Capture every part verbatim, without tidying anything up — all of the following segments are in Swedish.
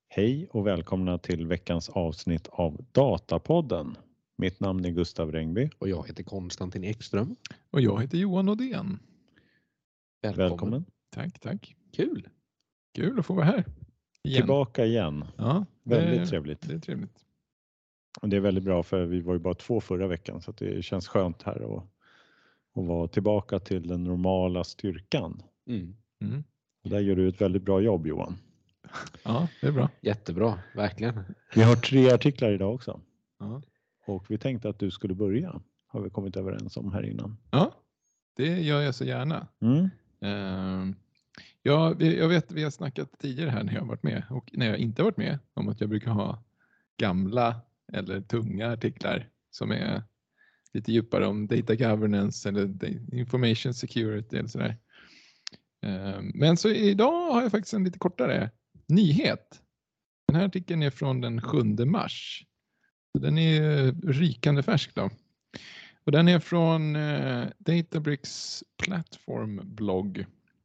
Hej och välkomna till veckans avsnitt av Datapodden. Mitt namn är Gustav Rengby. Och jag heter Konstantin Ekström. Och jag heter Johan Odén. Välkommen. Välkommen. Tack, tack. Kul. Kul att få vara här. Igen. Tillbaka igen. Ja, Väldigt det, trevligt. Det är trevligt. Och det är väldigt bra för vi var ju bara två förra veckan så att det känns skönt här och, och vara tillbaka till den normala styrkan. Mm. Mm. Och där gör du ett väldigt bra jobb, Johan. Ja, det är bra. Jättebra, verkligen. Vi har tre artiklar idag också. Ja. Och vi tänkte att du skulle börja. Har vi kommit överens om här innan. Ja, det gör jag så gärna. Mm. Uh, ja, jag vet, vi har snackat tidigare här när jag har varit med och när jag inte har varit med om att jag brukar ha gamla eller tunga artiklar som är lite djupare om data governance eller information security eller sådär. Uh, men så idag har jag faktiskt en lite kortare nyhet. Den här artikeln är från den sjunde mars. Så den är rykande färsk då. Och den är från eh, Databricks plattform-blogg.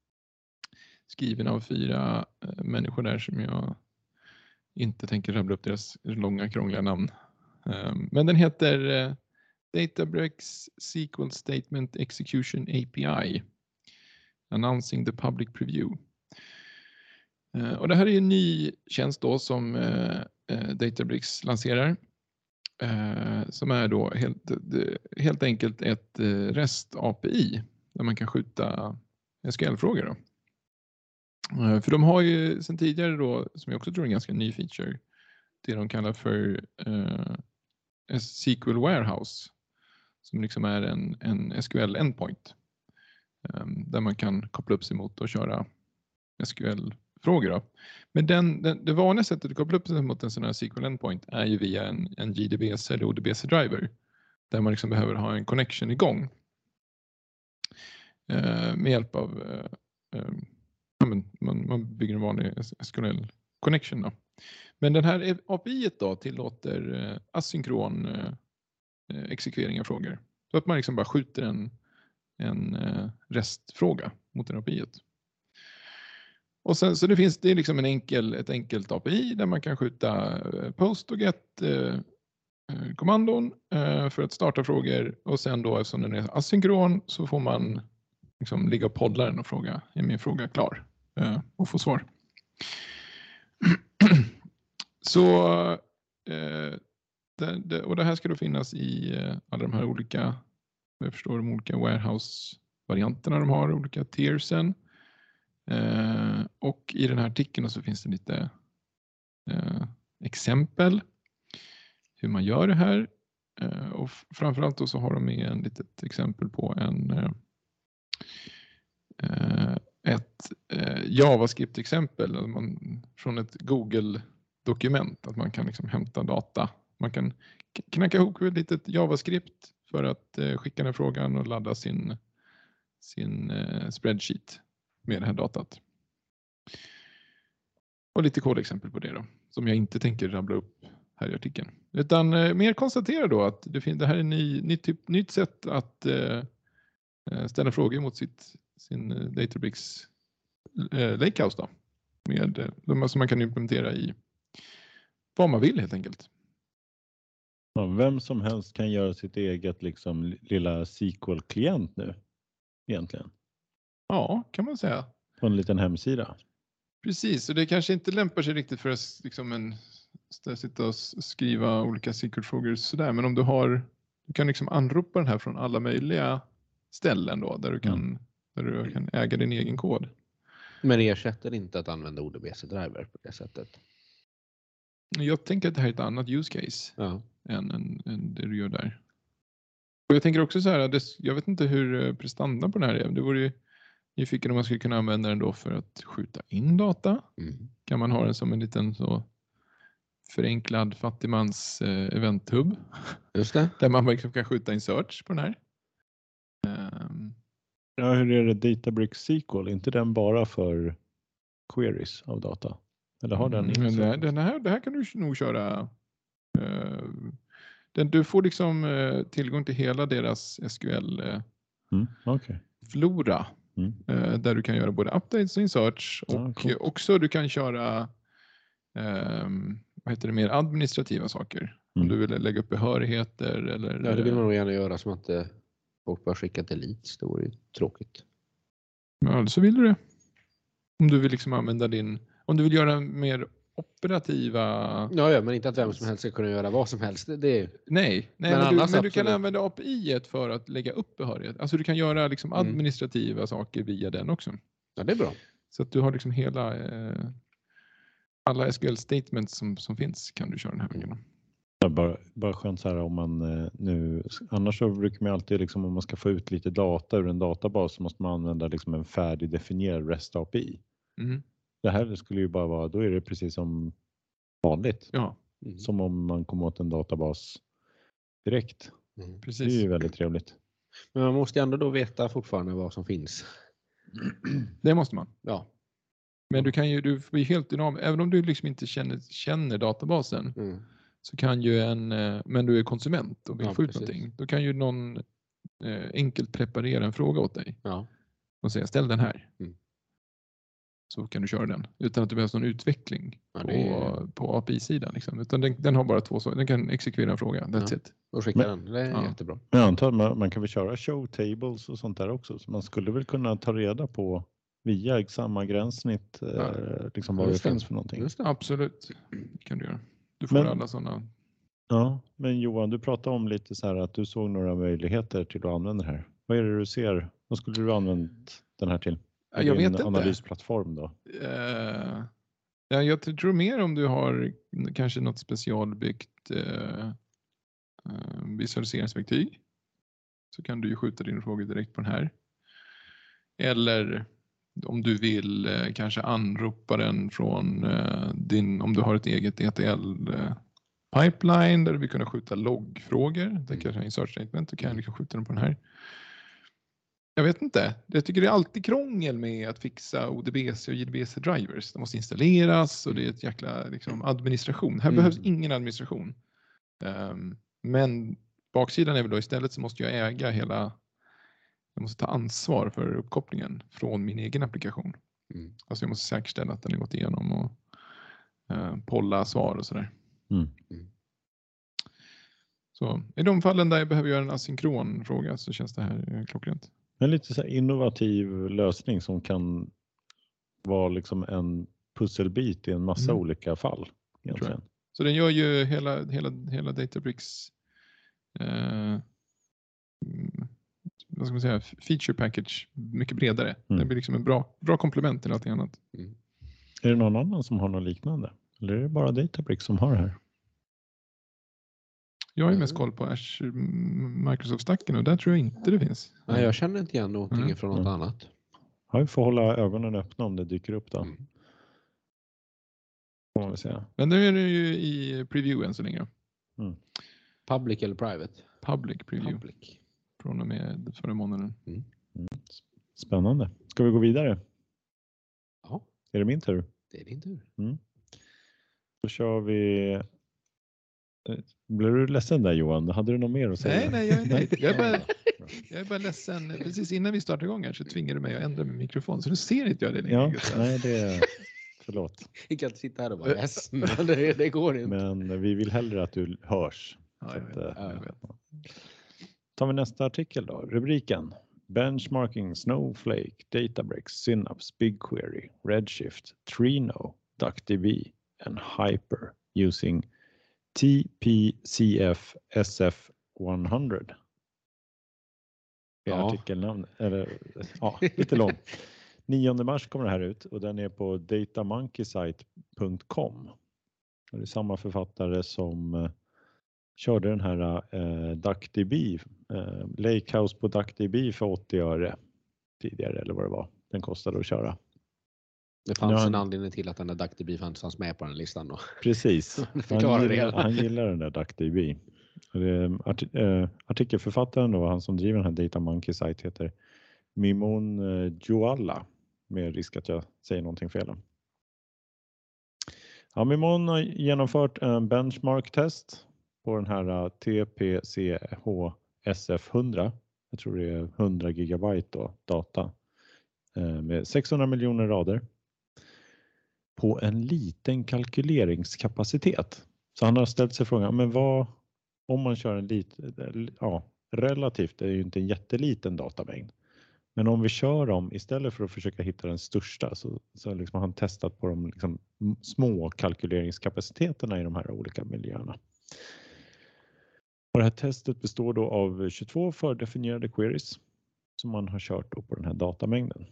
Skriven av fyra eh, människor där som jag inte tänker rabbla upp deras långa krångliga namn. Um, men den heter eh, Databricks S Q L Statement Execution A P I. Announcing the public preview. Uh, och det här är en ny tjänst då som uh, uh, Databricks lanserar. Uh, som är då helt, de, helt enkelt ett uh, REST-A P I där man kan skjuta S Q L-frågor då. Uh, för de har ju sedan tidigare då, som jag också tror är en ganska ny feature, det de kallar för uh, S Q L Warehouse, som liksom är en, en S Q L-endpoint um, där man kan koppla upp sig mot och köra S Q L-frågor då. Men den, den, det vanliga sättet att koppla upp sig mot en sån här S Q L-endpoint är ju via en, en J D B C eller O D B C-driver där man liksom behöver ha en connection igång uh, med hjälp av uh, uh, ja, men man, man bygger en vanlig S Q L-connection då. Men den här A P I då tillåter uh, asynkron uh, exekvering av frågor. Så att man liksom bara skjuter en, en uh, restfråga mot en A P I. Och sen så det finns det är liksom en enkel, ett enkelt A P I där man kan skjuta post och get uh, kommandon uh, för att starta frågor och sen då eftersom den är asynkron så får man liksom ligga och poddla den och fråga, är min fråga klar? Uh, och få svar. Så uh, det, det, och det här ska då finnas i uh, alla de här olika, jag förstår de olika warehouse-varianterna de har, olika tiersen. Uh, och i den här artikeln så finns det lite uh, exempel hur man gör det här. Uh, och framförallt då så har de med en litet exempel på en uh, uh, ett uh, JavaScript-exempel man, från ett Google-dokument att man kan liksom hämta data. Man kan knacka ihop ett litet JavaScript för att uh, skicka den frågan och ladda sin, sin uh, spreadsheet med det här datat. Och lite kodexempel på det då, som jag inte tänker rabbla upp här i artikeln. Utan eh, mer konstatera då att det, finns, det här är ett ny, ny typ, nytt sätt att eh, ställa frågor mot sitt, sin eh, Databricks eh, Lakehouse då. Med, eh, som man kan implementera i vad man vill helt enkelt. Ja, vem som helst kan göra sitt eget liksom, lilla S Q L-klient nu egentligen. Ja, kan man säga. På en liten hemsida. Precis, och det kanske inte lämpar sig riktigt för att liksom en, sitta och skriva olika S Q L-frågor sådär. Men om du har, du kan liksom anropa den här från alla möjliga ställen då, där du kan, mm. där du kan äga din egen kod. Men det ersätter inte att använda O D B C-driver på det sättet? Jag tänker att det här är ett annat use case ja. än, än, än det du gör där. Och jag tänker också så här, jag vet inte hur prestandan på den här är. Det vore ju nyfiken om man skulle kunna använda den då för att skjuta in data. Mm. Kan man ha den som en liten så förenklad fattigmans eh, eventhub. Just det. Där man liksom kan skjuta in search på den här. Um. Ja, hur är det Databricks S Q L? Inte den bara för queries av data? Eller har den mm, den, den här, det här kan du nog köra. Uh, den, du får liksom uh, tillgång till hela deras S Q L-flora. Uh, mm, okay. Mm. Uh, där du kan göra både updates och search. Och ja, också du kan köra um, vad heter det, mer administrativa saker. Mm. Om du vill lägga upp behörigheter eller... Ja, det vill man nog gärna göra, som att eh, folk bara skicka till Leeds. Det vore ju tråkigt. Ja, så vill du det. Om du vill liksom använda din... Om du vill göra mer operativa... Ja, ja, men inte att vem som helst ska kunna göra vad som helst. Det, det... Nej, nej Men men, du, annars men du kan absolut. använda A P I för att lägga upp behörighet. Alltså du kan göra liksom Mm. administrativa saker via den också. Ja, det är bra. Så att du har liksom hela... Eh, alla S Q L-statements som, som finns kan du köra den här vägen. Mm. Ja, bara, bara skönt så här om man eh, nu, annars så brukar man alltid liksom, om man ska få ut lite data ur en databas, så måste man använda liksom en färdigdefinierad REST A P I. Mm. Det här skulle ju bara vara, då är det precis som vanligt. Ja, Mm. Som om man kommer åt en databas direkt. Mm. Det är precis. ju väldigt trevligt. Men man måste ju ändå då veta fortfarande vad som finns. Det måste man. Ja. Men du kan ju, du blir helt dynamisk. Även om du liksom inte känner, känner databasen, Mm. så kan ju en, eh, men du är konsument och vill Ja, få ut precis. någonting. Då kan ju någon eh, enkelt preparera en fråga åt dig Ja. och säga ställ den här. Mm. Så kan du köra den utan att det behövs någon utveckling Ja, på, det är- på A P I-sidan. Liksom. Utan den, den har bara två saker. Den kan exekvera en fråga. That's Ja. it. Och skicka Men- den. Det är Ja. jättebra. Men jag antar att man, man kan väl köra show tables och sånt där också. Så man skulle väl kunna ta reda på via samma gränssnitt Ja. eh, liksom vad det Just det. finns för någonting. Just det. Absolut. Det kan du göra. Du får Men- alla sådana. Ja, men Johan, du pratade om lite så här att du såg några möjligheter till att använda det här. Vad är det du ser? Vad skulle du ha använt den här till? Ja, jag Din vet inte. analysplattform då? Eh, ja, jag tror mer om du har kanske något specialbyggt eh, eh, visualiseringsverktyg, så kan du ju skjuta din fråga direkt på den här. Eller om du vill eh, kanske anropa den från eh, din, om du har ett eget E T L eh, pipeline där du vill kunna skjuta loggfrågor. Det kanske är en search statement, då kan jag liksom skjuta den på den här. Jag vet inte. Jag tycker det är alltid krångel med att fixa O D B C och J D B C-drivers. De måste installeras och det är ett jäkla liksom, administration. Här Mm. behövs ingen administration. Um, men baksidan är väl då istället så måste jag äga hela, jag måste ta ansvar för uppkopplingen från min egen applikation. Mm. Alltså jag måste säkerställa att den har gått igenom och uh, polla svar och sådär. Mm. Mm. Så i de fallen där jag behöver göra en asynkron fråga så känns det här eh, klockrent. En lite så här innovativ lösning som kan vara liksom en pusselbit i en massa Mm. olika fall. Egentligen. Så den gör ju hela, hela, hela Databricks eh, mm, vad ska man säga, feature package mycket bredare. Mm. Det blir liksom en bra, bra komplement till allting annat. Mm. Är det någon annan som har något liknande? Eller är det bara Databricks som har det här? Jag har ju mest koll på Azure, Microsoft-stacken och där tror jag inte det finns. Nej, jag känner inte igen någonting Mm. från något Mm. annat. Ja, vi får hålla ögonen öppna om det dyker upp då. Mm. Får man väl säga. Men nu är det ju i preview än så länge. Public eller private? Public preview Public. från och med förra månaden. Spännande. Ska vi gå vidare? Ja, Är det min tur? det är din tur. Då kör vi. Blev du ledsen där Johan? Hade du något mer att säga? Nej, nej, jag är nöjd. Jag är bara, Bra. jag är bara ledsen. Precis innan vi startar igång här så tvingade du mig att ändra min mikrofon. Så nu ser inte jag det längre. Ja, Gustav. nej det är... Förlåt. Jag kan inte sitta här och vara ledsen. det, det går inte. Men vi vill hellre att du hörs. Ja, Så jag att, vet, eh, jag vet. tar vi nästa artikel då. Rubriken. Benchmarking Snowflake, Databricks, Synapse, BigQuery, Redshift, Trino, DuckDB and Hyper using T P C F S F hundra. Det är Ja. artikelnamn. Eller, ja, lite lång. nionde mars kommer det här ut och den är på datamonkeysite punkt com. Det är samma författare som eh, körde den här eh, DuckDB, eh, Lakehouse på DuckDB för åttio öre tidigare eller vad det var. Den kostade att köra. Det fanns Nu har en han- anledning till att den där DuckDB fanns med på den listan då. Precis. Det Han förklarar det gillar, hela. han gillar den där DuckDB. Och det, art, eh, artikelförfattaren då, han som driver den här Data Monkey Site heter Mimon eh, Joalla. Med risk att jag säger någonting fel. Ja, Mimon har genomfört en benchmark-test på den här eh, T P C H S F hundra. Jag tror det är hundra gigabyte då, data. Eh, med sexhundra miljoner rader. på en liten kalkyleringskapacitet. Så han har ställt sig frågan, men vad om man kör en liten, ja, relativt är ju inte en jätteliten datamängd. Men om vi kör dem istället för att försöka hitta den största, så, så liksom har han testat på de liksom små kalkyleringskapaciteterna i de här olika miljöerna. Och det här testet består då av tjugotvå fördefinierade queries som man har kört då på den här datamängden.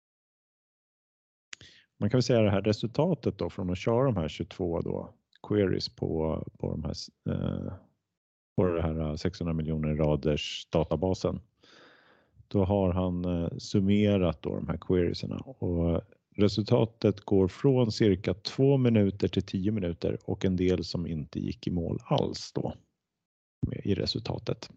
Man kan väl säga det här resultatet då från att köra de här tjugotvå då queries på, på, de här, eh, på det här sexhundra miljoner raders databasen. Då har han eh, summerat då de här queriesarna, och resultatet går från cirka två minuter till tio minuter och en del som inte gick i mål alls då i resultatet.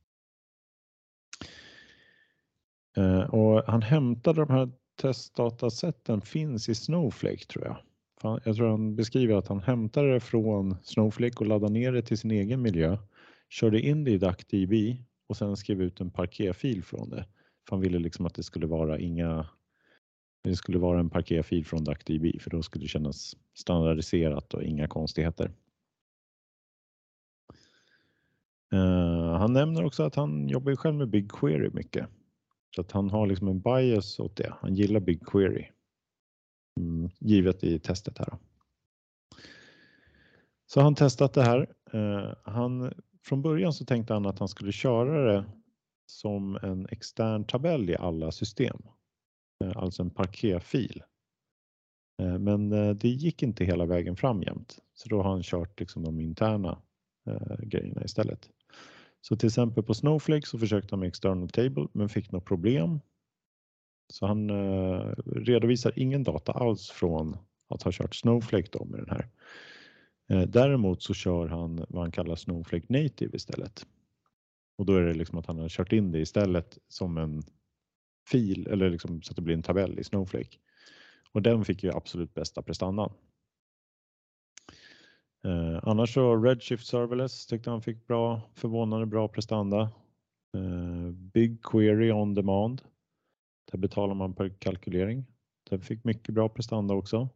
Eh, och han hämtade de här testdatasätten finns i Snowflake, tror jag. Jag tror han beskriver att han hämtade det från Snowflake och laddade ner det till sin egen miljö, körde in det i DuckDB och sen skrev ut en Parquet-fil från det. För han ville liksom att det skulle vara inga, det skulle vara en Parquet-fil från DuckDB, för då skulle det kännas standardiserat och inga konstigheter. Uh, han nämner också att han jobbar själv med BigQuery mycket. Så att han har liksom en bias åt det. Han gillar BigQuery. Mm, givet i testet här då. Så han testat det här. Uh, han, från början så tänkte han att han skulle köra det som en extern tabell i alla system. Uh, alltså en Parquet-fil. Uh, men uh, det gick inte hela vägen fram jämt. Så då har han kört liksom de interna uh, grejerna istället. Så till exempel på Snowflake så försökte han med external table men fick något problem. Så han uh, redovisar ingen data alls från att ha kört Snowflake då med den här. Uh, däremot så kör han vad han kallar Snowflake native istället. Och då är det liksom att han har kört in det istället som en fil, eller liksom så att det blir en tabell i Snowflake. Och den fick ju absolut bästa prestandan. Uh, annars så Redshift Serverless tyckte han fick bra, förvånande bra prestanda. Uh, BigQuery on demand. Där betalar man per kalkylering. Den fick mycket bra prestanda också.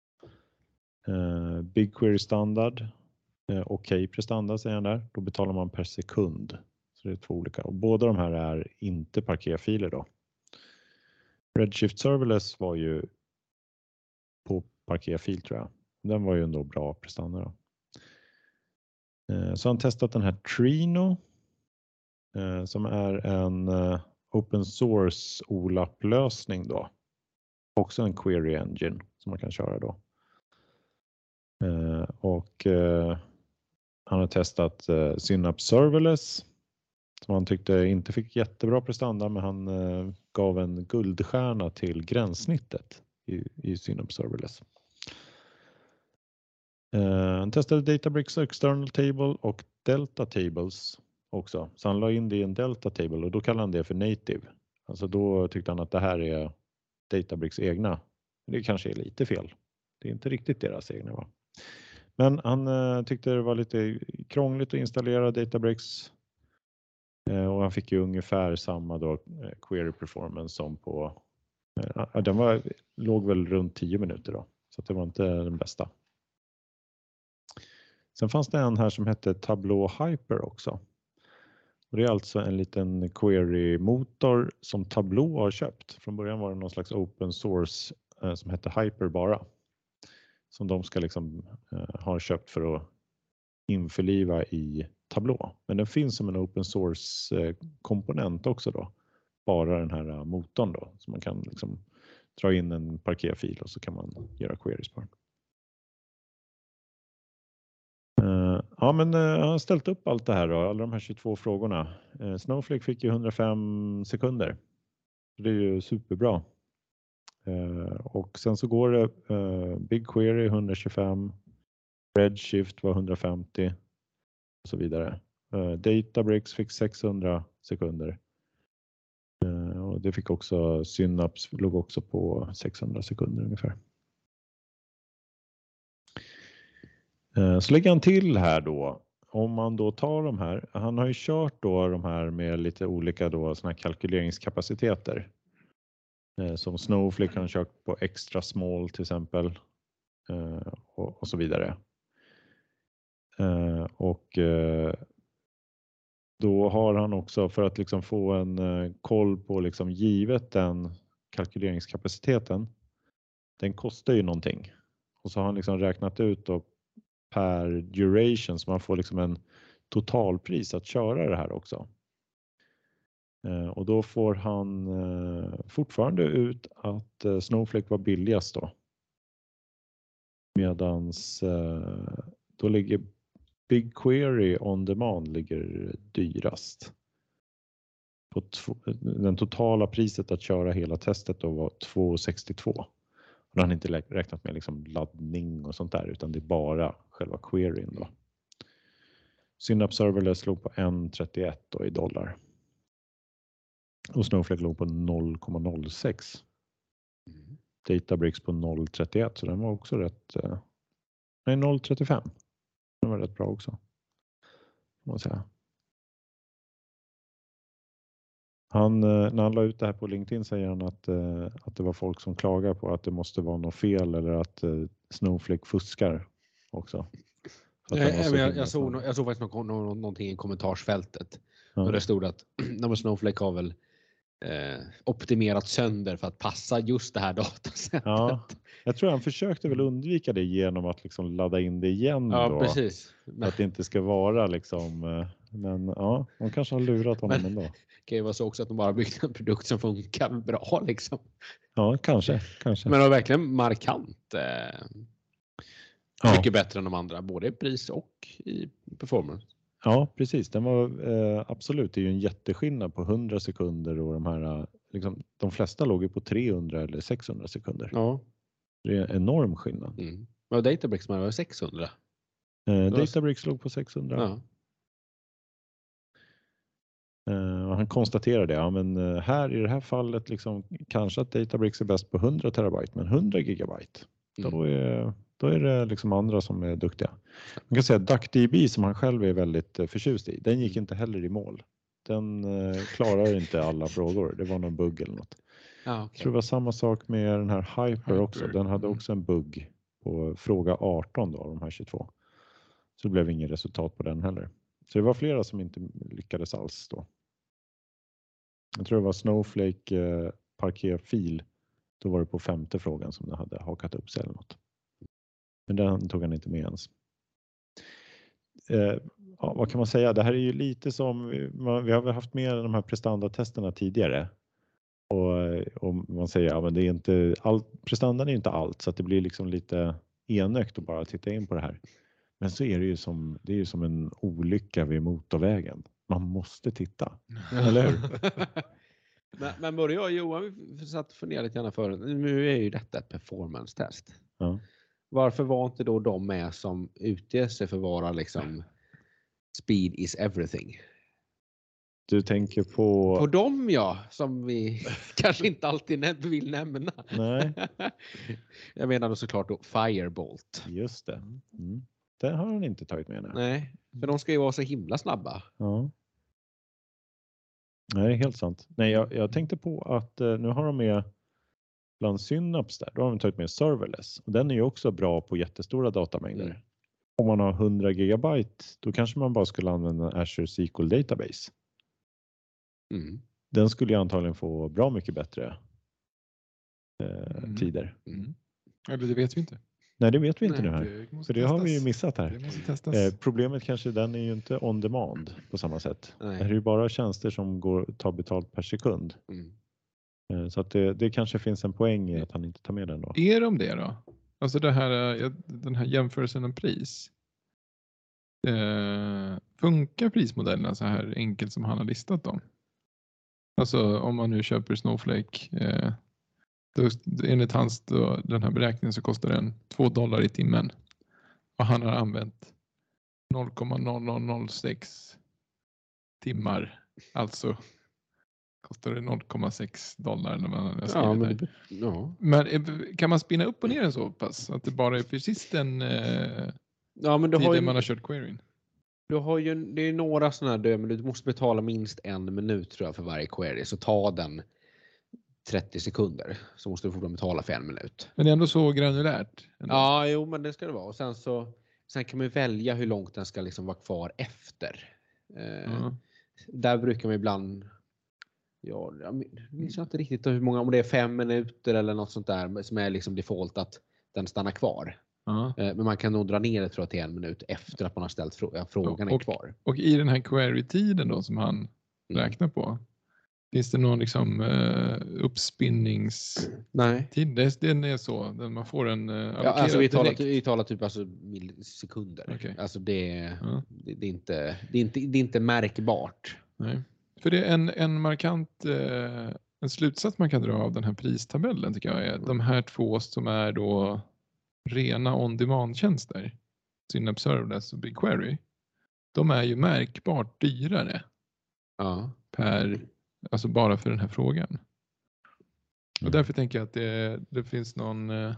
Uh, BigQuery standard. Uh, Okej okay prestanda säger han där. Då betalar man per sekund. Så det är två olika. Och båda de här är inte Parquet-filer då. Redshift Serverless var ju på Parquet-fil tror jag. Den var ju ändå bra prestanda då. Så han testat den här Trino som är en open source O L A P-lösning då. Också en query engine som man kan köra då. Och han har testat Synapse Serverless som han tyckte inte fick jättebra prestanda, men han gav en guldstjärna till gränssnittet i, i Synapse Serverless. Uh, han testade Databricks External Table och Delta Tables också. Så han la in det i en Delta Table och då kallade han det för native. Alltså då tyckte han att det här är Databricks egna. Det kanske är lite fel. Det är inte riktigt deras egna va. Men han uh, tyckte det var lite krångligt att installera Databricks. Uh, och han fick ju ungefär samma då, uh, query performance som på... Uh, den var, låg väl runt tio minuter då. Så att det var inte den bästa. Sen fanns det en här som hette Tableau Hyper också. Och det är alltså en liten query-motor som Tableau har köpt. Från början var det någon slags open source eh, som hette Hyper bara. Som de ska liksom eh, ha köpt för att införliva i Tableau. Men den finns som en open source eh, komponent också då. Bara den här uh, motorn då. Så man kan liksom dra in en Parquet-fil och så kan man göra queries på den. Uh, ja men uh, han har ställt upp allt det här då, alla de här tjugotvå frågorna. Uh, Snowflake fick ju hundrafem sekunder. Det är ju superbra. Uh, och sen så går det uh, BigQuery hundratjugofem, Redshift var hundrafemtio och så vidare. Uh, Databricks fick sexhundra sekunder. Uh, och det fick också Synapse, låg också på sexhundra sekunder ungefär. Så lägger han till här då, om man då tar de här, han har ju kört då de här med lite olika då såna här kalkyleringskapaciteter. Som Snowflake har han kört på extra small till exempel. eh, och, och så vidare. Eh, och eh, då har han också, för att liksom få en eh, koll på liksom, givet den kalkyleringskapaciteten, den kostar ju någonting. Och så har han liksom räknat ut då per duration, så man får liksom en totalpris att köra det här också. Eh, och då får han eh, fortfarande ut att eh, Snowflake var billigast då. Medans eh, då ligger BigQuery on demand ligger dyrast. På tv- den totala priset att köra hela testet då var två sextiotvå. Och då har han inte lä- räknat med liksom laddning och sånt där, utan det är bara själva queryn då. Synapse Serverless låg på en trettioett då i dollar. Och Snowflake låg på noll komma noll sex. Mm. Databricks på noll komma trettioett, så den var också rätt... Eh, nej, noll komma trettiofem. Den var rätt bra också, får man säga. Han, eh, när han la ut det här på LinkedIn säger han att, eh, att det var folk som klagar på att det måste vara något fel eller att eh, Snowflake fuskar också. För att den var Jag, så jag, himla jag, såg, snabb. jag såg faktiskt någon, någon, någonting i kommentarsfältet. Ja. Och det stod att Snowflake har väl eh, optimerat sönder för att passa just det här datasättet. Ja, jag tror han försökte väl undvika det genom att liksom ladda in det igen Ja, då. precis. För att det inte ska vara liksom, eh, men ja, de kanske har lurat honom Men- ändå. Det kan ju vara så också att de bara byggt en produkt som funkar bra liksom. Ja, kanske, kanske. Men det var verkligen markant eh, Ja. mycket bättre än de andra, både i pris och i performance. Ja, precis. Den var eh, absolut, det är ju en jätteskillnad på hundra sekunder och de här, eh, liksom, de flesta låg ju på trehundra eller sexhundra sekunder. Ja. Det är en enorm skillnad. Mm. Och Databricks man var sexhundra. Eh, var- Databricks låg på sexhundra. Ja. Eh, och han konstaterade det, ja, men eh, här i det här fallet liksom, kanske att Databricks är bäst på hundra terabyte, men hundra gigabyte, Mm. då, är, då är det liksom andra som är duktiga. Man kan säga att DuckDB som han själv är väldigt eh, förtjust i, den gick inte heller i mål. Den eh, klarar inte alla frågor, det var någon bugg eller något. Ja, Jag okay. tror det var samma sak med den här Hyper, Hyper, också. Den hade mm. också en bugg på fråga arton då, av de här tjugotvå. Så det blev inget resultat på den heller. Så det var flera som inte lyckades alls då. Jag tror det var Snowflake eh, parkerfil. Då var det på femte frågan som den hade hakat upp sig eller något. Men den tog han inte med ens. Eh, ja, vad kan man säga? Det här är ju lite som, vi har väl haft med de här prestandatesterna tidigare. Och, och man säger, ja men det är inte allt, prestandan är inte allt, så att det blir liksom lite enögt att bara titta in på det här. Men så är det ju som, det är ju som en olycka vid motorvägen. Man måste titta, eller hur? men, men både jag och Johan vi satt och funderade lite grann för, nu är ju detta ett performance-test. Ja. Varför var inte då de med som utger sig för att vara liksom speed is everything? Du tänker på... På dem ja, som vi kanske inte alltid nä- vill nämna. Nej. Jag menar då såklart då Firebolt. Just det. Mm. Det har han inte tagit med nu. Nej, för de ska ju vara så himla snabba. Ja. Nej, det är helt sant. Nej, jag, jag tänkte på att eh, nu har de med bland Synapse där, då har de tagit med Serverless. Och den är ju också bra på jättestora datamängder. Mm. Om man har hundra gigabyte, då kanske man bara skulle använda Azure S Q L Database. Mm. Den skulle ju antagligen få bra mycket bättre eh, Mm. tider. Mm. Eller det vet vi inte. Nej, det vet vi inte Nej, nu här. Det måste För det har vi ju testas. missat Det här. måste testas. Eh, problemet kanske, den är ju inte on demand på samma sätt. Nej. Det här är ju bara tjänster som går tar betalt per sekund. Mm. Eh, så att det, det kanske finns en poäng i att han inte tar med den då. Är de det då? Alltså det här, eh, den här jämförelsen om pris. Eh, funkar prismodellerna så här enkelt som han har listat dem? Alltså om man nu köper Snowflake, eh, då, enligt hans då, den här beräkningen så kostar den två dollar i timmen. Och han har använt noll komma noll noll noll sex timmar. Alltså kostar det noll komma sex dollar när man har skrivit Ja, det. men, det- ja. Men eh, kan man spinna upp och ner den så pass att det bara är precis den eh, ja, men du har tiden ju, man har kört queryn? du har ju det är några sådana här dö, men du måste betala minst en minut tror jag för varje query. Så ta den trettio sekunder så måste du få betala för en minut. Men det är ändå så granulärt. Ändå. Ja, jo, men det ska det vara. Och sen så sen kan man välja hur långt den ska liksom vara kvar efter. Eh, Ja. Där brukar man ibland, ja, jag minns inte riktigt hur många, om det är fem minuter eller något sånt där som är liksom default att den stannar kvar. Ja. Eh, men man kan nog dra ner det tror jag till en minut efter att man har ställt frå- ja, frågan är Och- kvar. Och i den här query-tiden då som han Mm. räknar på. Finns det någon liksom uh, uppspinnings... Nej. Tid, det, den är så, den man får en uh, Ja, alltså vi talar, direkt. vi talar typ alltså millisekunder. Okej. Alltså det, Ja. det, det, är inte, det, är inte, det är inte märkbart. Nej. För det är en, en markant uh, en slutsats man kan dra av den här pristabellen tycker jag är att de här två som är då rena on-demand-tjänster, Synapse Serverless och BigQuery, de är ju märkbart dyrare Ja. per, alltså bara för den här frågan. Och Mm. därför tänker jag att det, det finns någon eh,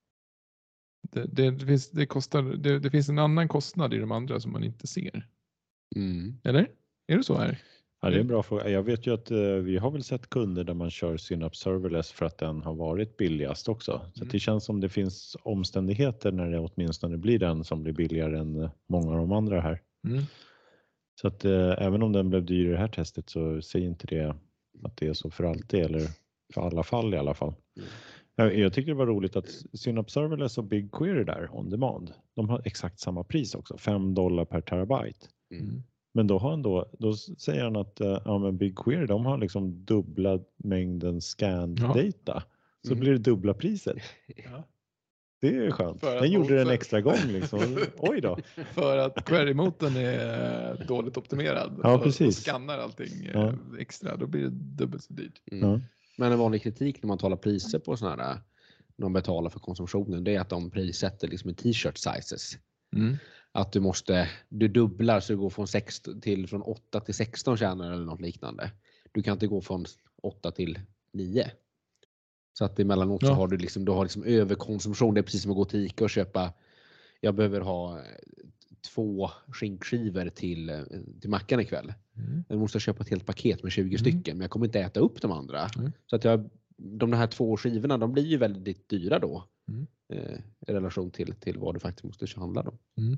det, det, det, finns, det, kostar, det, det finns en annan kostnad i de andra som man inte ser. Mm. Eller? Är det så här? Ja, det är en bra fråga. Jag vet ju att eh, vi har väl sett kunder där man kör Synapse Serverless för att den har varit billigast också. Så Mm. att det känns som det finns omständigheter när det åtminstone blir den som blir billigare än eh, många av de andra här. Mm. Så att eh, även om den blev dyr i det här testet så säger inte det att det är så för alltid eller för alla fall i alla fall. Mm. Jag, jag tycker det var roligt att Synapse Serverless och BigQuery där on demand, de har exakt samma pris också, fem dollar per terabyte. Mm. Men då har han då, då säger han att uh, ja, men BigQuery, de har liksom dubbla mängden scanned Ja. data. Så Mm. blir det dubbla priset. Ja. Det är ju skönt. För att- Den gjorde det en för- extra gång liksom. Oj då. För att query-motorn är dåligt optimerad Ja, och, och precis. skannar allting eh, Ja. extra. Då blir det dubbelt så dyrt. Mm. Ja. Men en vanlig kritik när man talar priser på sådana här, när de betalar för konsumtionen, det är att de prissätter liksom i t-shirt sizes. Mm. Att du måste, du dubblar så du går från, sex till, från åtta till sexton kärnor eller något liknande. Du kan inte gå från åtta till nio. Så att emellanåt så Ja. har du liksom, du har liksom överkonsumtion. Det är precis som att gå till Ica och köpa, jag behöver ha två skinkskivor till, till mackan ikväll. Mm. Jag måste köpa ett helt paket med tjugo Mm. stycken, men jag kommer inte äta upp de andra. Mm. Så att jag, de här två skivorna, de blir ju väldigt dyra då. Mm. Eh, I relation till, till vad du faktiskt måste handla då. Mm.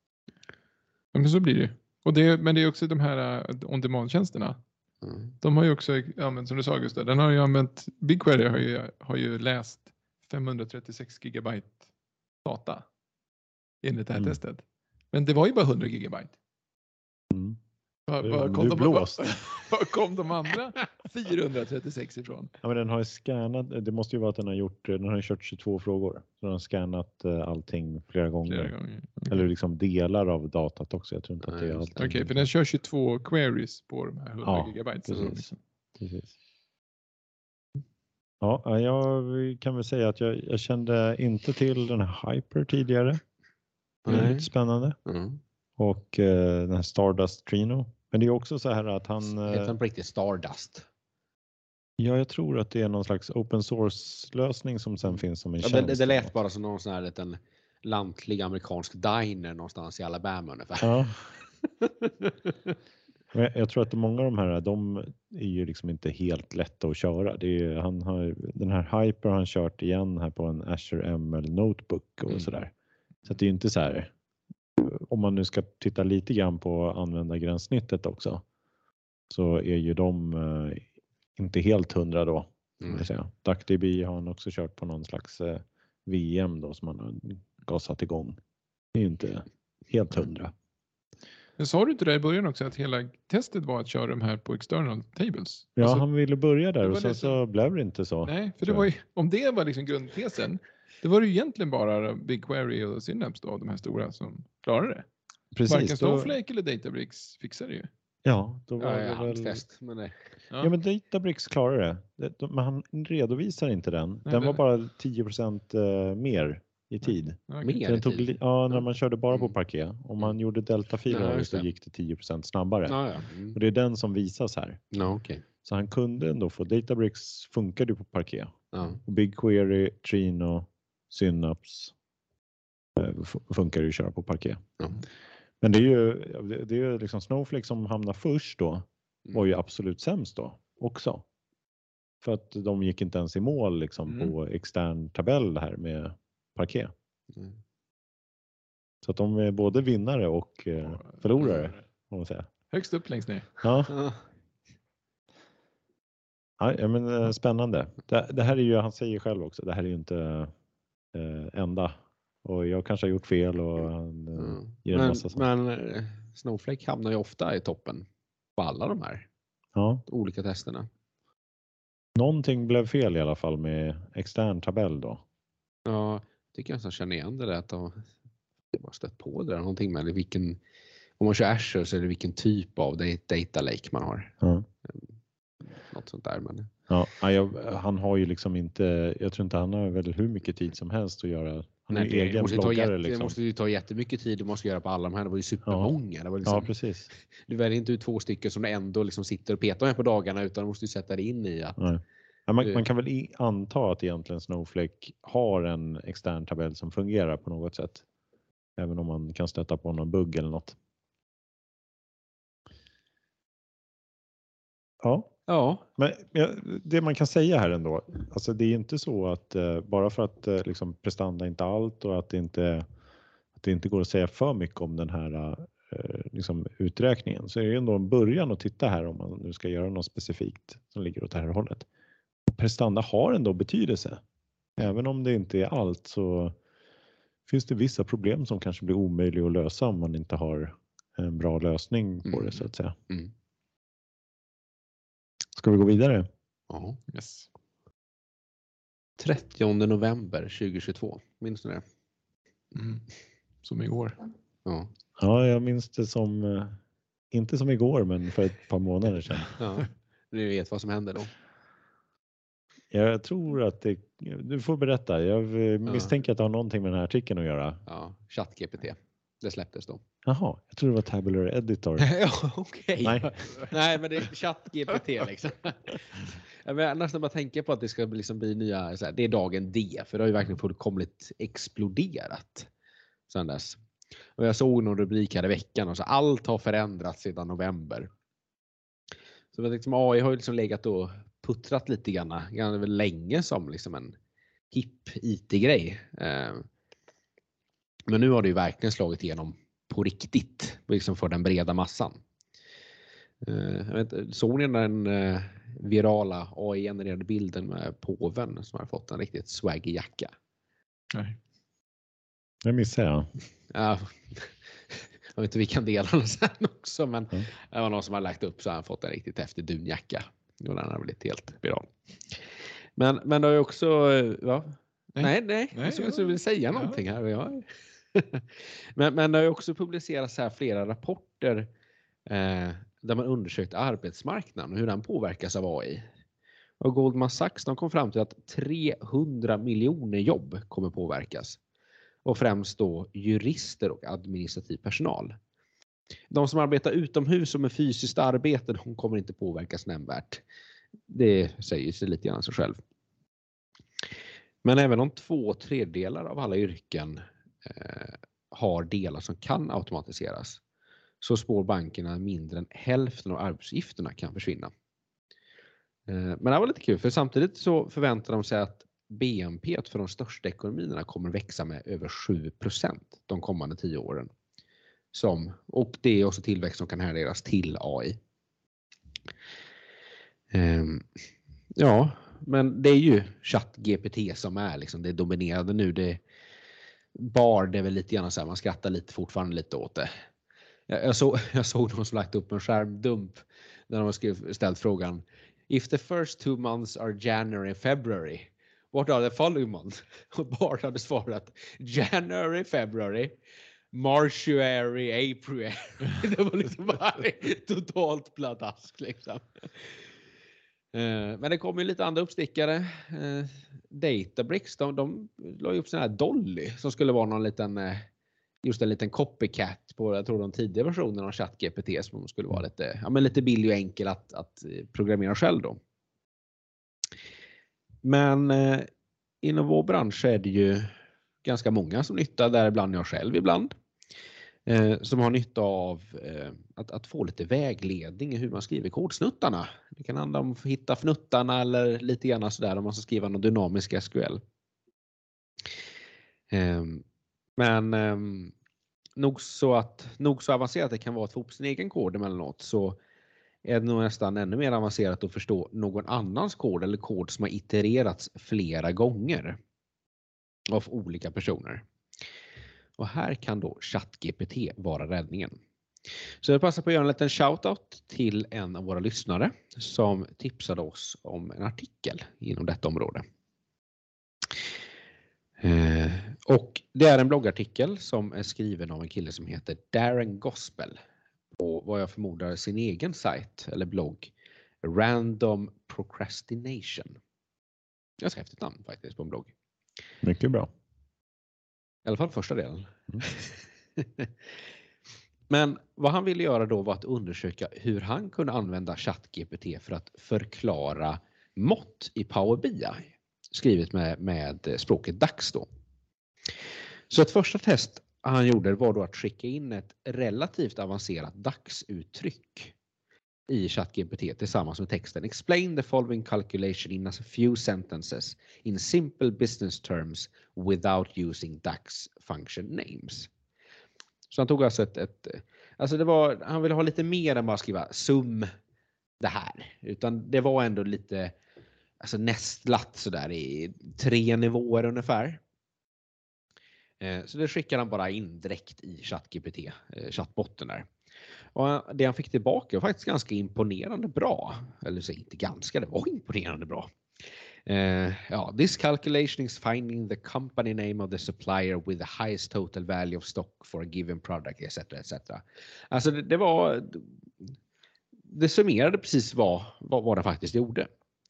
Ja, men så blir det. Och det. Men det är också de här uh, on-demand-tjänsterna. Mm. De har ju också använt, som du sa Gustav, den har ju använt, BigQuery har ju, har ju läst femhundratrettiosex gigabyte data enligt det här Mm. testet. Men det var ju bara hundra gigabyte. Mm. Var, Du- var, du kom är de, blåst. var, var kom de andra fyrahundratrettiosex ifrån? Ja, men den har ju scannat, det måste ju vara att den har gjort, den har ju kört tjugotvå frågor. Så den har scannat eh, allting flera gånger. Flera gånger. Okej, Eller liksom delar av datat också. Jag tror inte Ja, att det är just allt. Okej, för den kör tjugotvå queries på de här hundra Ja, gigabyte. precis. Precis. Ja, jag kan väl säga att jag, jag kände inte till den här Hyper tidigare. Det är Nej. lite spännande. Mm. Och eh, den här Stardust Trino. Men det är också så här att han... Heter Eh, den på riktigt Stardust? ja, jag tror att det är någon slags open source-lösning som sen finns som en Ja, tjänst. det, det lät bara som någon sån här liten lantlig amerikansk diner någonstans i Alabama ungefär. Ja. Men jag, jag tror att många av de här, de är ju liksom inte helt lätta att köra. Det är, han har, den här Hyper har han kört igen här på en Azure M L Notebook och Mm. sådär. Så att det är ju inte så här, om man nu ska titta lite grann på användargränssnittet också, så är ju de eh, inte helt hundra då. Mm. Mm. Säga. DuckDB har han också kört på någon slags eh, V M då som han har gasat igång. Det är ju inte helt hundra. Men sa du inte där i början också att hela testet var att köra de här på external tables? Ja, Alltså, han ville börja där det och var sen det så som- blev det inte så. nej, för det tror var jag. ju, om det var liksom grundtesen, det var det ju egentligen bara BigQuery och Synapse då, de här stora som klarade det. Precis, Varken då, Snowflake eller Databricks fixar det ju. ja, då var Ja, det jag har väl... test, men det, Ja. Ja, men Databricks klarar det. det. de- Men han redovisar inte den. Nej, Den det- var bara tio procent eh, mer i tid. Okej. mer Så den i tog, tid. li- ja, när Ja. man körde bara på Mm. parquet. Om man Mm. gjorde deltafiler Ja, av det just så det. gick det tio procent snabbare. Ja, ja. Mm. Och det är den som visas här. Ja, okej. Så han kunde ändå få, Databricks funkade ju på parquet. Ja. Och BigQuery, Trino, Synapse eh, f- funkar ju att köra på parquet. Ja. Men det är ju, det det är ju liksom Snowflake som hamnar först då var ju absolut sämst då också. För att de gick inte ens i mål liksom, Mm. på extern tabell här med Parquet. Mm. Så att de är både vinnare och eh, förlorare, kan man säga. Högst upp längst ner. Ja, Ja. ja men eh, spännande. Det, det här är ju, han säger själv också, det här är ju inte eh, enda. Och jag kanske har gjort fel och han eh, Mm. ger en Men, massa sånt. men eh, Snowflake hamnar ju ofta i toppen på alla de här Ja. olika testerna. Någonting blev fel i alla fall med extern tabell då. Ja, jag tycker jag nästan känner igen det där att de jag bara stött på det där, någonting med det, vilken, om man kör Azure så är det vilken typ av data lake man har. Ja. Något sånt där. Men... Ja, jag, han har ju liksom inte, jag tror inte han har väl hur mycket tid som helst att göra. Han är Nej, ju det egen måste ta bloggare jätte, liksom. Det måste ju ta jättemycket tid du måste göra på alla de här. Det var ju supermånga. Ja. Det var liksom, Ja, precis. Du väljer inte ut två stycken som du ändå liksom sitter och petar med på dagarna, utan du måste ju sätta dig in i att... Nej. Ja, man, man kan väl i, anta att egentligen Snowflake har en extern tabell som fungerar på något sätt. Även om man kan stöta på någon bugg eller något. Ja. Ja. Men det man kan säga här ändå, alltså det är inte så att eh, bara för att eh, liksom prestanda inte allt och att det inte, att det inte går att säga för mycket om den här eh, liksom uträkningen, så är det ändå en början att titta här om man nu ska göra något specifikt som ligger åt det här hållet. Prestanda har ändå betydelse. Även om det inte är allt så finns det vissa problem som kanske blir omöjliga att lösa om man inte har en bra lösning på Mm. det så att säga. Mm. Ska vi gå vidare? Ja. Yes. trettionde november tjugohundratjugotvå. Minns ni det? Mm. Som igår. Ja. Ja, jag minns det som, eh, inte som igår, men för ett par månader sedan. Ja. Du vet vad som hände då? Jag tror att det, du får berätta. Jag misstänker att det har någonting med den här artikeln att göra. Ja, ChatGPT. Det släpptes då. Jaha, jag tror det var Tabular Editor. Ja, okej. Nej. Nej, men det är ChatGPT liksom. Jag menar, nästan bara tänka på att det ska liksom bli nya, så här, det är dagen D, för det har ju verkligen fullkomligt exploderat sedan dess. Och jag såg någon rubrik här i veckan och så allt har förändrats sedan november. Så liksom, A I har ju liksom legat och puttrat lite grann, grann väl länge som liksom en hipp I T-grej. Eh, men nu har det ju verkligen slagit igenom på riktigt, liksom för den breda massan. Eh, jag vet, såg ni den eh, virala A I-genererade bilden med påven som har fått en riktigt swaggy jacka? Nej. Det missade jag. Ja, jag vet inte, vi kan dela den sen också, men Mm. det var någon som har lagt upp så han fått en riktigt häftig dunjacka. Och den har blivit helt viral. Men, men det har ju också, ja, nej, nej, nej nej jag skulle ja. vilja säga Ja. någonting här. Ja. men, men det har ju också publicerats här flera rapporter eh, där man undersökt arbetsmarknaden och hur den påverkas av A I. Och Goldman Sachs, de kom fram till att trehundra miljoner jobb kommer påverkas. Och främst då jurister och administrativ personal. De som arbetar utomhus och med fysiskt arbete, de kommer inte påverkas nämnvärt. Det säger sig lite grann sig själv. Men även om två tredjedelar av alla yrken eh, har delar som kan automatiseras, så spår bankerna mindre än hälften av arbetsuppgifterna kan försvinna. Eh, men det var lite kul, för samtidigt så förväntar de sig att B N P för de största ekonomierna kommer växa med över sju procent de kommande tio åren. Som, och det är också tillväxt som kan härledas till A I. Um, ja, men det är ju ChatGPT som är liksom det dominerande nu. Det bar det väl lite grann så här, man skrattar lite fortfarande lite åt det. Jag, jag, såg, jag såg någon som lagt upp en skärmdump när de har ställt frågan: If the first two months are January and February, what are the following months? Och Bart hade svarat January, February, Marchuary, April. Det var liksom bara totalt pladask liksom. Men det kom ju lite andra uppstickare. Databricks, de, de la upp sån här Dolly som skulle vara någon liten, just en liten copycat på, jag tror de tidiga versionerna av ChatGPT, som skulle vara lite, ja, men lite billig och enkel att, att programmera själv då. Men eh, inom vår bransch är det ju ganska många som nyttjar, däribland jag själv ibland. eh, som har nytta av eh, att, att få lite vägledning i hur man skriver kodsnuttarna. Det kan handla om att hitta fnuttarna eller lite grann sådär om man ska skriva någon dynamisk S Q L. Eh, men eh, nog, så att, nog så avancerat det kan vara att få upp sin egen kod emellanåt, så är det nog nästan ännu mer avancerat att förstå någon annans kod eller kod som har itererats flera gånger av olika personer. Och här kan då ChatGPT vara räddningen. Så jag passar på att göra en liten shoutout till en av våra lyssnare som tipsade oss om en artikel inom detta område. Eh, och det är en bloggartikel som är skriven av en kille som heter Darren Gospel på vad jag förmodar sin egen sajt eller blogg Random Procrastination. Jag har skrivit ett namn faktiskt på en blogg. Mycket bra. I alla fall första delen. Mm. Men vad han ville göra då var att undersöka hur han kunde använda ChatGPT för att förklara mått i Power B I. Skrivet med, med språket DAX då. Så ett första test han gjorde var då att skicka in ett relativt avancerat DAX-uttryck i ChatGPT tillsammans med texten Explain the following calculation in a few sentences in simple business terms without using DAX function names. Så han tog alltså ett, ett alltså det var, han ville ha lite mer än bara skriva sum det här, utan det var ändå lite alltså nästlat så där i tre nivåer ungefär. Eh, så det skickar han bara in direkt i ChatGPT, eh, chattbotten där. Och det han fick tillbaka var faktiskt ganska imponerande bra. Eller så inte ganska, det var imponerande bra. Uh, ja, this calculation is finding the company name of the supplier with the highest total value of stock for a given product, et cetera et cetera. Alltså det, det var, det summerade precis vad, vad, vad det faktiskt gjorde.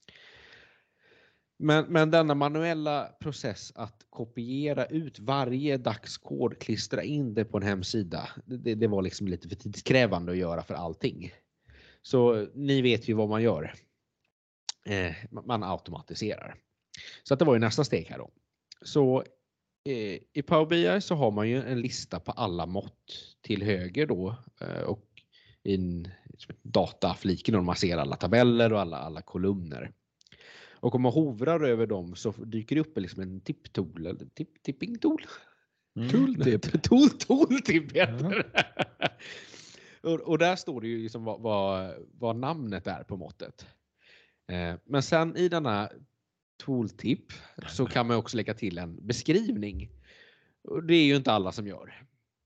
Men, men denna manuella process att kopiera ut varje dagskod, klistra in det på en hemsida, det, det var liksom lite för tidskrävande att göra för allting. Så ni vet ju vad man gör. Eh, man automatiserar. Så att det var ju nästa steg här då. Så eh, i Power B I så har man ju en lista på alla mått till höger då eh, och i en datafliken och man ser alla tabeller och alla, alla kolumner. Och om man hovrar över dem så dyker det upp liksom en tipptool eller tip, tipping tool. Mm. Tooltip. Tool, tooltip heter det. och, och där står det ju liksom vad, vad, vad namnet är på måttet. Eh, men sen i denna tooltip så kan man också lägga till en beskrivning. Och det är ju inte alla som gör.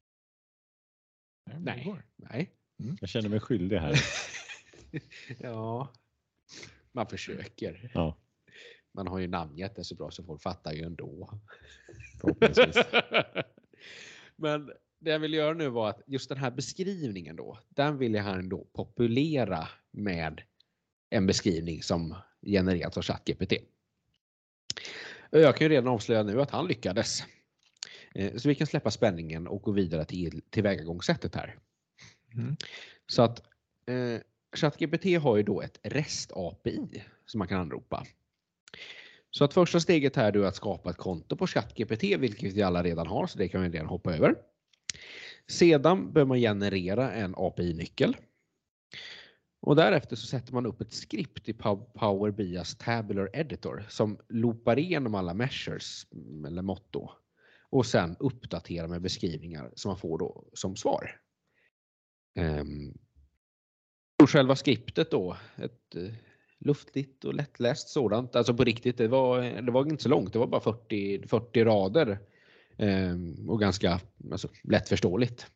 Nej. Nej. Mm. Jag känner mig skyldig här. Ja. Man försöker. Ja. Man har ju namngett det så bra så folk fattar ju ändå. Men det jag vill göra nu var att just den här beskrivningen då, den vill jag här ändå populera med en beskrivning som genererats av ChatGPT. Jag kan ju redan avslöja nu att han lyckades. Så vi kan släppa spänningen och gå vidare till tillvägagångssättet här. Mm. Så att eh, ChatGPT har ju då ett REST-A P I som man kan anropa. Så att första steget här är att skapa ett konto på ChatGPT, vilket vi alla redan har, så det kan vi redan hoppa över. Sedan bör man generera en A P I-nyckel. Och därefter så sätter man upp ett skript i Power B I S Tabular Editor som loopar igenom alla measures eller mått då. Och sen uppdaterar med beskrivningar som man får då som svar. Um, och själva skriptet då, ett uh, luftligt och lättläst sådant. Alltså på riktigt, det var, det var inte så långt, det var bara fyrtio, fyrtio rader. Um, och ganska alltså, lättförståeligt.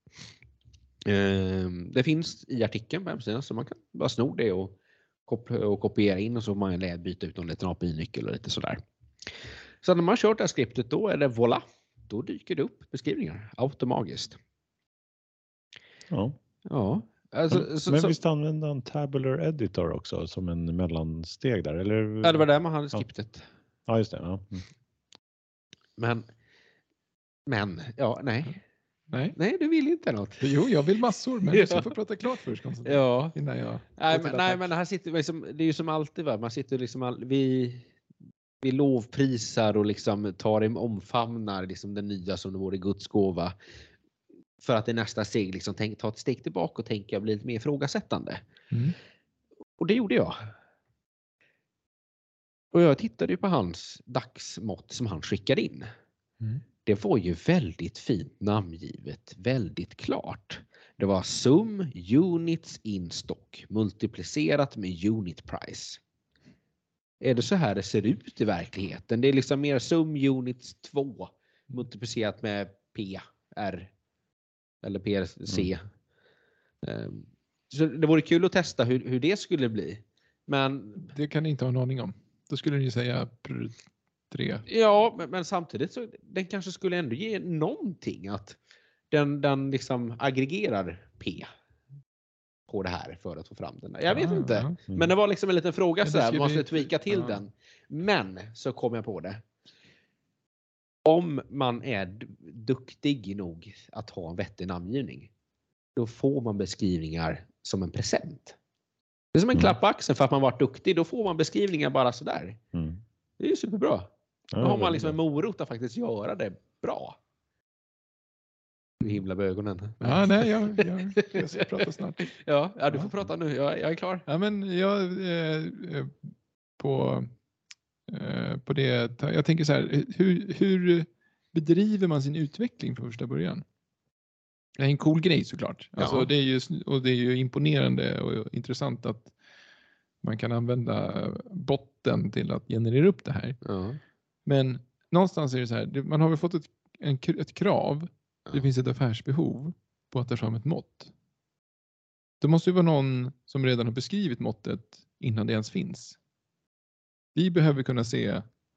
Um, det finns i artikeln på hemsidan så man kan bara sno det och, kop- och kopiera in och så får man byta ut någon liten A P I-nyckel och lite sådär. Så när man har kört det här skriptet då är det voilà. Då dyker det upp beskrivningar automatiskt. Ja. Ja. Alltså, men så, men så, visst använder han Tabular Editor också som en mellansteg där? Eller? Ja, det var där man hade skriptet. Ja, just det. Ja. Mm. Men, men, ja, nej. Nej. Nej, du vill inte något. Jo, jag vill massor, men jag ska få prata klart först. Ja. Innan jag nej, men, nej, men här sitter liksom, det är ju som alltid, va? Man sitter liksom, all, vi, vi lovprisar och liksom tar, omfamnar liksom det nya som det vore Guds gåva. för att i nästa steg liksom tänk, ta ett steg tillbaka och tänka bli lite mer ifrågasättande. Mm. Och det gjorde jag. Och jag tittade ju på hans dagsmått som han skickade in. Mm. Det var ju väldigt fint namngivet, väldigt klart. Det var sum units in stock multiplicerat med unit price. Är det så här det ser ut i verkligheten? Det är liksom mer sum units två multiplicerat med P R eller P R C. Mm. Så det vore kul att testa hur, hur det skulle bli. Men Det kan ni inte ha en aning om. Då skulle ni säga tre. ja, men, men samtidigt så den kanske skulle ändå ge någonting att den, den liksom aggregerar P på det här för att få fram den. Jag vet Ah, inte. ja. Men det var liksom en liten fråga Ja, så här, skulle man måste vi- tweaka till ja. den. Men så kom jag på det. Om man är d- duktig nog att ha en vettig namngivning, då får man beskrivningar som en present. Det är som en Mm. klapp på axeln för att man varit duktig. Då får man beskrivningar bara sådär. Mm. Det är ju superbra. Ja, Då har man väldigt liksom en bra. morot att faktiskt göra det bra. Du himlar med ögonen. Ja, nej, jag, jag, jag ska prata snart. Ja, ja, du får Ja. prata nu. Jag, jag är klar. Ja, men jag eh, eh, på, eh, på det, jag tänker så här, hur, hur bedriver man sin utveckling från första början? Det är en cool grej såklart. Alltså, Ja. det är ju, och det är ju imponerande och intressant att man kan använda botten till att generera upp det här. Ja. Men någonstans är det så här, det- man har väl fått ett, en, ett krav, det Ja. finns ett affärsbehov på att ta fram ett mått. Det måste ju vara någon som redan har beskrivit måttet innan det ens finns. Vi behöver kunna se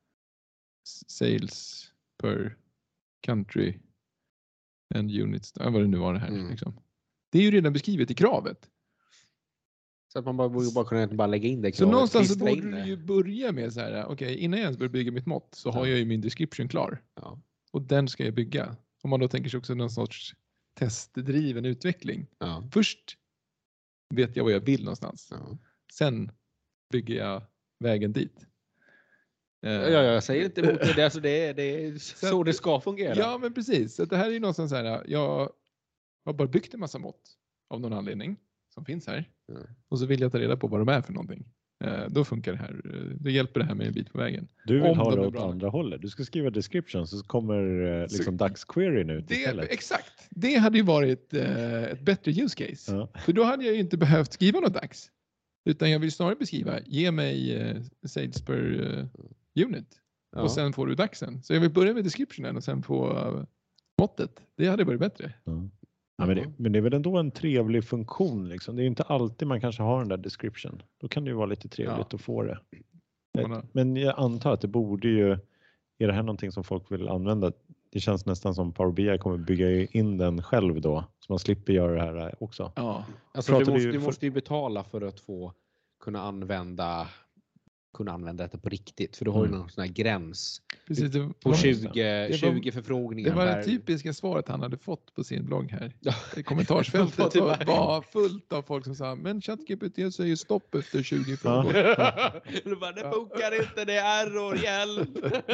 s- sales per country and units, ja, vad det nu var det här. Mm. Liksom. Det är ju redan beskrivet i kravet. Så att man bara borde bara kunna bara lägga in det. Så kravet, någonstans så klistra in borde det. du ju börja med så här, okej, innan jag ens börjar bygga mitt mått så har Ja. jag ju min description klar. Ja. Och den ska jag bygga. Om man då tänker sig också någon sorts testdriven utveckling. Ja. Först vet jag vad jag vill någonstans. Ja. Sen bygger jag vägen dit. Eh, Ja, ja, jag säger inte emot det. Det är, alltså, det är, det är så det ska fungera. Ja, men precis. Så att det här är ju någonstans så här, jag har bara byggt en massa mått av någon anledning som finns här. Ja. Och så vill jag ta reda på vad de är för någonting. Eh, då funkar det här. Eh, Då hjälper det här med en bit på vägen. Du vill Om ha de det är åt bra. andra hållet. Du ska skriva description så kommer eh, Så- liksom dagsqueryn ut Det, istället. exakt. Det hade ju varit eh, ett bättre use case. Ja. För då hade jag ju inte behövt skriva något dags. Utan jag vill snarare beskriva, ge mig eh, sales per eh, unit. Ja. Och sen får du dagsen. Så jag vill börja med descriptionen och sen få uh, måttet. Det hade varit bättre. Ja. Ja, men, det, men det är väl ändå en trevlig funktion. Liksom. Det är ju inte alltid man kanske har den där description. Då kan det ju vara lite trevligt Ja. att få det. Man har- Men jag antar att det borde ju, är det här någonting som folk vill använda? Det känns nästan som Power B I kommer bygga in den själv då. Så man slipper göra det här också. Ja. Alltså, du, Pratar måste, du- du för- måste ju betala för att få kunna använda kunna använda detta på riktigt. För du har ju Mm. någon sån här gräns Precis, det, på var, tjugo, var- tjugo förfrågningar det var per... det typiska svaret han hade fått på sin blogg här. Ja. I kommentarsfältet var, Tyvärr. var fullt av folk som sa, men ChatGPT säger stopp efter tjugo frågor. Du bara, det funkar inte, det är error, hjälp!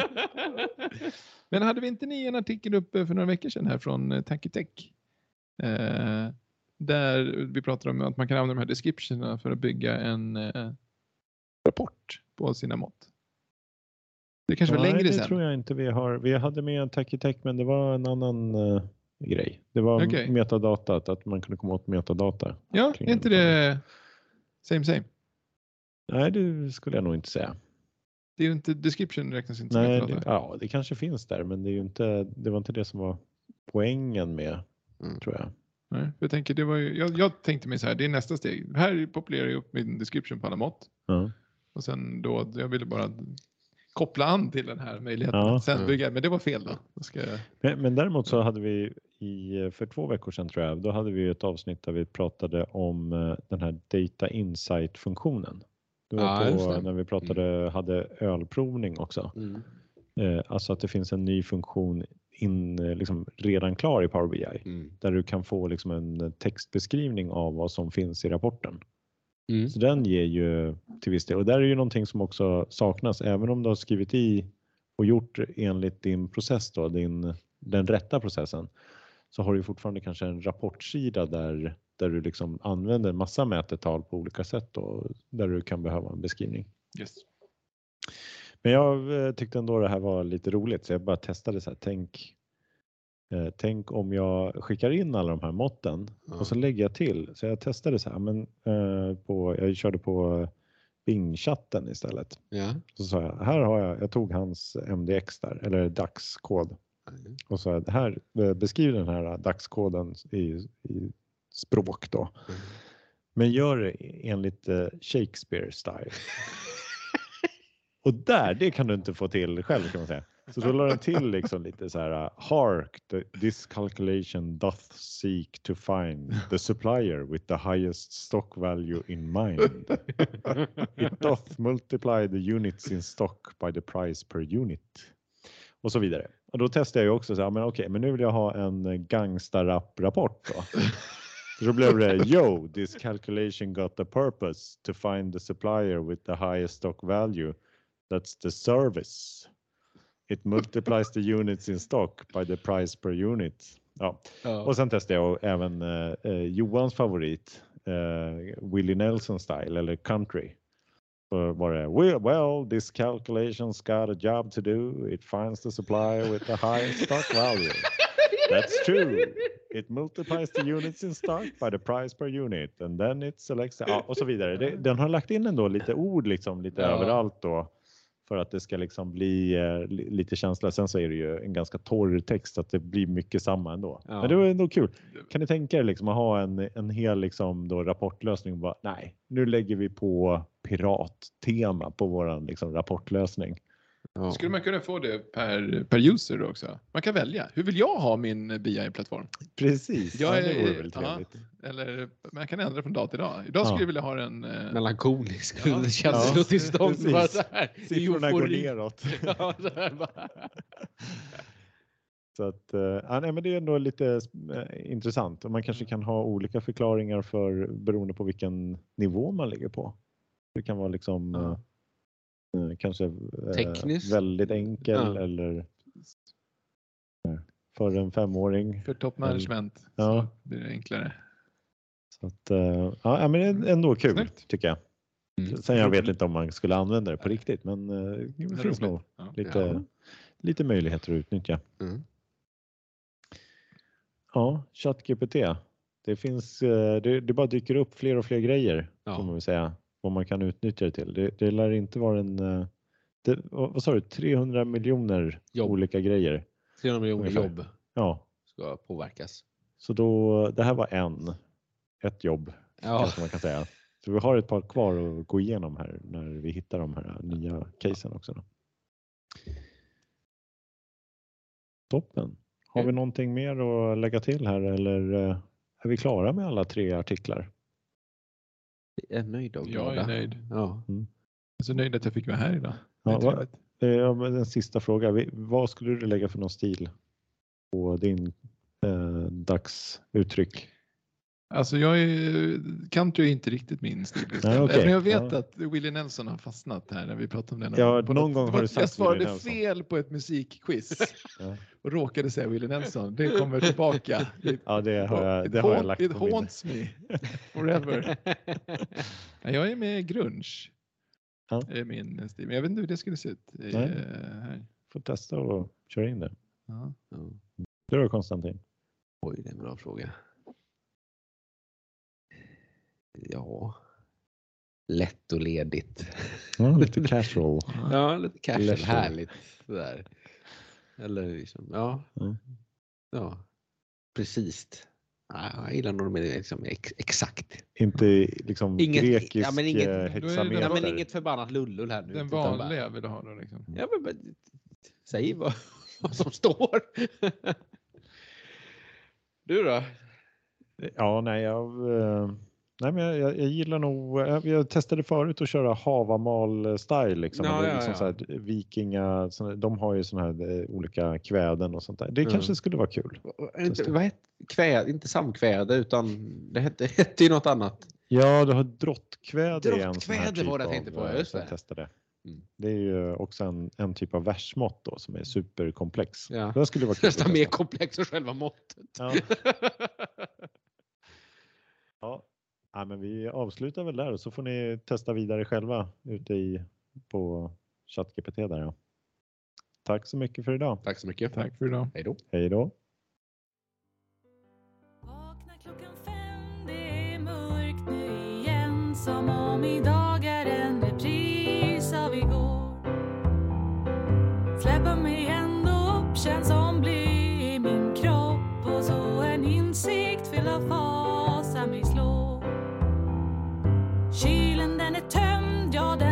Men hade vi inte ni en artikel uppe för några veckor sedan här från eh, Tacky Tech? Eh, där vi pratar om att man kan använda de här descriptionerna för att bygga en eh, rapport på sina mått. Det kanske var Nej, längre det sedan. tror jag inte vi har. Vi hade med en Tacky Tech men det var en annan uh, grej. Det var Okej. metadata, att man kunde komma åt metadata. Ja, kring är inte den det same same? Nej, det skulle jag nog inte säga. Det är ju inte, description räknas inte som Nej, det, metadata. ja, det kanske finns där, men det är ju inte, det var inte det som var poängen med, Mm. tror jag. Nej, för jag, tänker, det var ju, jag, jag tänkte mig så här, det är nästa steg. Här populerar jag upp min description på alla mått. Ja. Och sen då, jag ville bara koppla an till den här möjligheten Ja. att sen Mm. bygga. Men det var fel då. då ska jag, Men, men däremot så hade vi i, för två veckor sedan tror jag, då hade vi ett avsnitt där vi pratade om eh, den här data insight-funktionen. Det var Ja, just på det. när vi pratade, hade ölprovning också. Mm. Eh, alltså att det finns en ny funktion in, eh, liksom redan klar i Power B I. Mm. Där du kan få liksom en textbeskrivning av vad som finns i rapporten. Mm. Så den ger ju till viss del. Och där är ju någonting som också saknas. Även om du har skrivit i och gjort enligt din process då, din, den rätta processen. så har du fortfarande kanske en rapportsida där, där du liksom använder en massa mätetal på olika sätt och där du kan behöva en beskrivning. Yes. Men jag eh, tyckte ändå det här var lite roligt så jag bara testade så här, tänk, eh, tänk om jag skickar in alla de här måtten Ja. och så lägger jag till. Så jag testade så här, men eh, på, jag körde på Bing-chatten istället. Ja. Så sa jag, här har jag, jag tog hans M D X där, eller dagskod. Mm. Och så här, beskriv den här dagskoden i, i språk då. Mm. Men gör det enligt uh, Shakespeare style. Och där, det kan du inte få till själv kan man säga. Så då la den till liksom lite så här, hark, the, this calculation doth seek to find the supplier with the highest stock value in mind. It doth multiply the units in stock by the price per unit. Och så vidare. Och då testade jag ju också så här, men okej, men nu vill jag ha en gangsta-rap-rapport då. Så då blev det, yo, this calculation got the purpose to find the supplier with the highest stock value. That's the service. It multiplies the units in stock by the price per unit. Ja. Ja. Och sen testade jag även eh, Johans favorit, eh, Willie Nelson style eller country. Så var det, well, well, this calculation's got a job to do. It finds the supplier with the highest stock value. That's true. It multiplies the units in stock by the price per unit. And then it selects, ja, och så vidare. Det, den har lagt in ändå lite ord liksom, lite Ja. överallt då. För att det ska liksom bli eh, lite känsla. Sen så är det ju en ganska torr text så att det blir mycket samma ändå. Ja. Men det var ändå kul. Kan ni tänka er liksom att ha en, en hel liksom då rapportlösning? Bara, nej, nu lägger vi på pirattema på våran liksom rapportlösning. Ja. Skulle man kunna få det per, per user då också? Man kan välja. Hur vill jag ha min B I-plattform? Precis, Jag ja, det är- vore väl ja. trevligt. Eller man kan ändra från dag till dag. Idag skulle Ja. jag vilja ha den... Eh, Melankolisk Ja. känslotillstånd. Ja, Bara precis. så här. Siffrorna går Eufori. neråt. Ja, så här bara. Så att, eh, ja, nej, men det är ändå lite eh, intressant. Och man kanske kan ha olika förklaringar för beroende på vilken nivå man ligger på. Det kan vara liksom Ja. eh, eh, kanske eh, Tekniskt. väldigt enkel Ja. eller eh, för en femåring. för top management Ja. så blir det enklare. Så att, eh, ja, men det är ändå kul Snyggt. tycker jag. Mm. Sen jag vet Roligt. inte om man skulle använda det på riktigt, men eh, det Det är finns nog roligt. Ja. lite, Ja. lite möjligheter att utnyttja. Mm. Ja, ChatGPT. Det finns, eh, det, det bara dyker upp fler och fler grejer, Ja. får man väl säga, vad man kan utnyttja det till. Det, det lär inte vara en, eh, det, vad vad sa du, trehundra miljoner Jobb. olika grejer. trehundra miljoner Ungefär. jobb Ja, ska påverkas. så då, det här var en, ett jobb Ja. kanske man kan säga. Så vi har ett par kvar att gå igenom här när vi hittar de här nya casen också. Då. Toppen. Har vi någonting mer att lägga till här eller eh, är vi klara med alla tre artiklar? Jag är nöjd och Jag är glada. nöjd. Ja. Jag är så nöjd att jag fick vara här idag. Det är Ja, va- trevligt. Eh, Ja, men en sista fråga. Vi- Vad skulle du lägga för någon stil på din eh, dagsuttryck? Alltså jag är, country är inte riktigt min stil. Nej, okej. Men jag vet Ja. att Willie Nelson har fastnat här när vi pratade om det. Ja, På någon något- gång har du sagt Jag svarade Willie Nelson. fel på ett musikquiz Ja. och råkade säga Willie Nelson. Det kommer tillbaka. It, Ja, det har jag, it det har jag haunt- lagt it på minnet. haunts me forever. Ja, jag är med grunge. Ja. Är min stil. Men jag vet inte hur det skulle se ut. eh, Nej. här. Får testa och köra in det. Ja. Ja. Det då Konstantin. Oj, det är en bra fråga. Ja. Lätt och ledigt. Ja, lite casual. Ja, lite casual. Leisure. Härligt. Sådär. Eller liksom, ja. Mm. Ja. Precis. Ja, jag gillar nog med liksom ex- exakt. Inte liksom Inget- grekisk ja, men inget- eh, Då är det hexameter. Ja, men inget förbannat lullull här nu. Den utan bara- vanliga vill du ha då liksom. Ja, men, men säg vad, vad som står. Du då? Ja, nej, jag, eh, nej men jag, jag, jag gillar nog, jag, jag testade förut att köra Havamal-style liksom. Ja, eller ja, liksom ja. Så här, vikinga, såna, de har ju såna här eh, olika kväden och sånt där. Det Mm. kanske skulle vara kul. Inte, vad hette kväd, inte samkväde utan det hette, det hette ju något annat. Ja, du har drottkväde. är en sån här Drottkväde typ var det jag tänkte av, på, eh, just som det. testade. Mm. Det är ju också en, en typ av versmått då som är superkomplex. Ja. Det skulle vara kul att Nästan mer testa. komplext än själva måttet. Ja. Ja. Ja, men vi avslutar väl där och så får ni testa vidare själva ute i, på ChatGPT där. Ja. Tack så mycket för idag. Tack så mycket. Tack för idag. Hej då. Hej då. Vakna klockan fem, det är mörkt nu igen. Som om idag är en repris av igår. Släppa mig ändå upp, känns som bly i min kropp. Och så en insikt fylld av fasa mig slår. Kylen den är tömd, ja den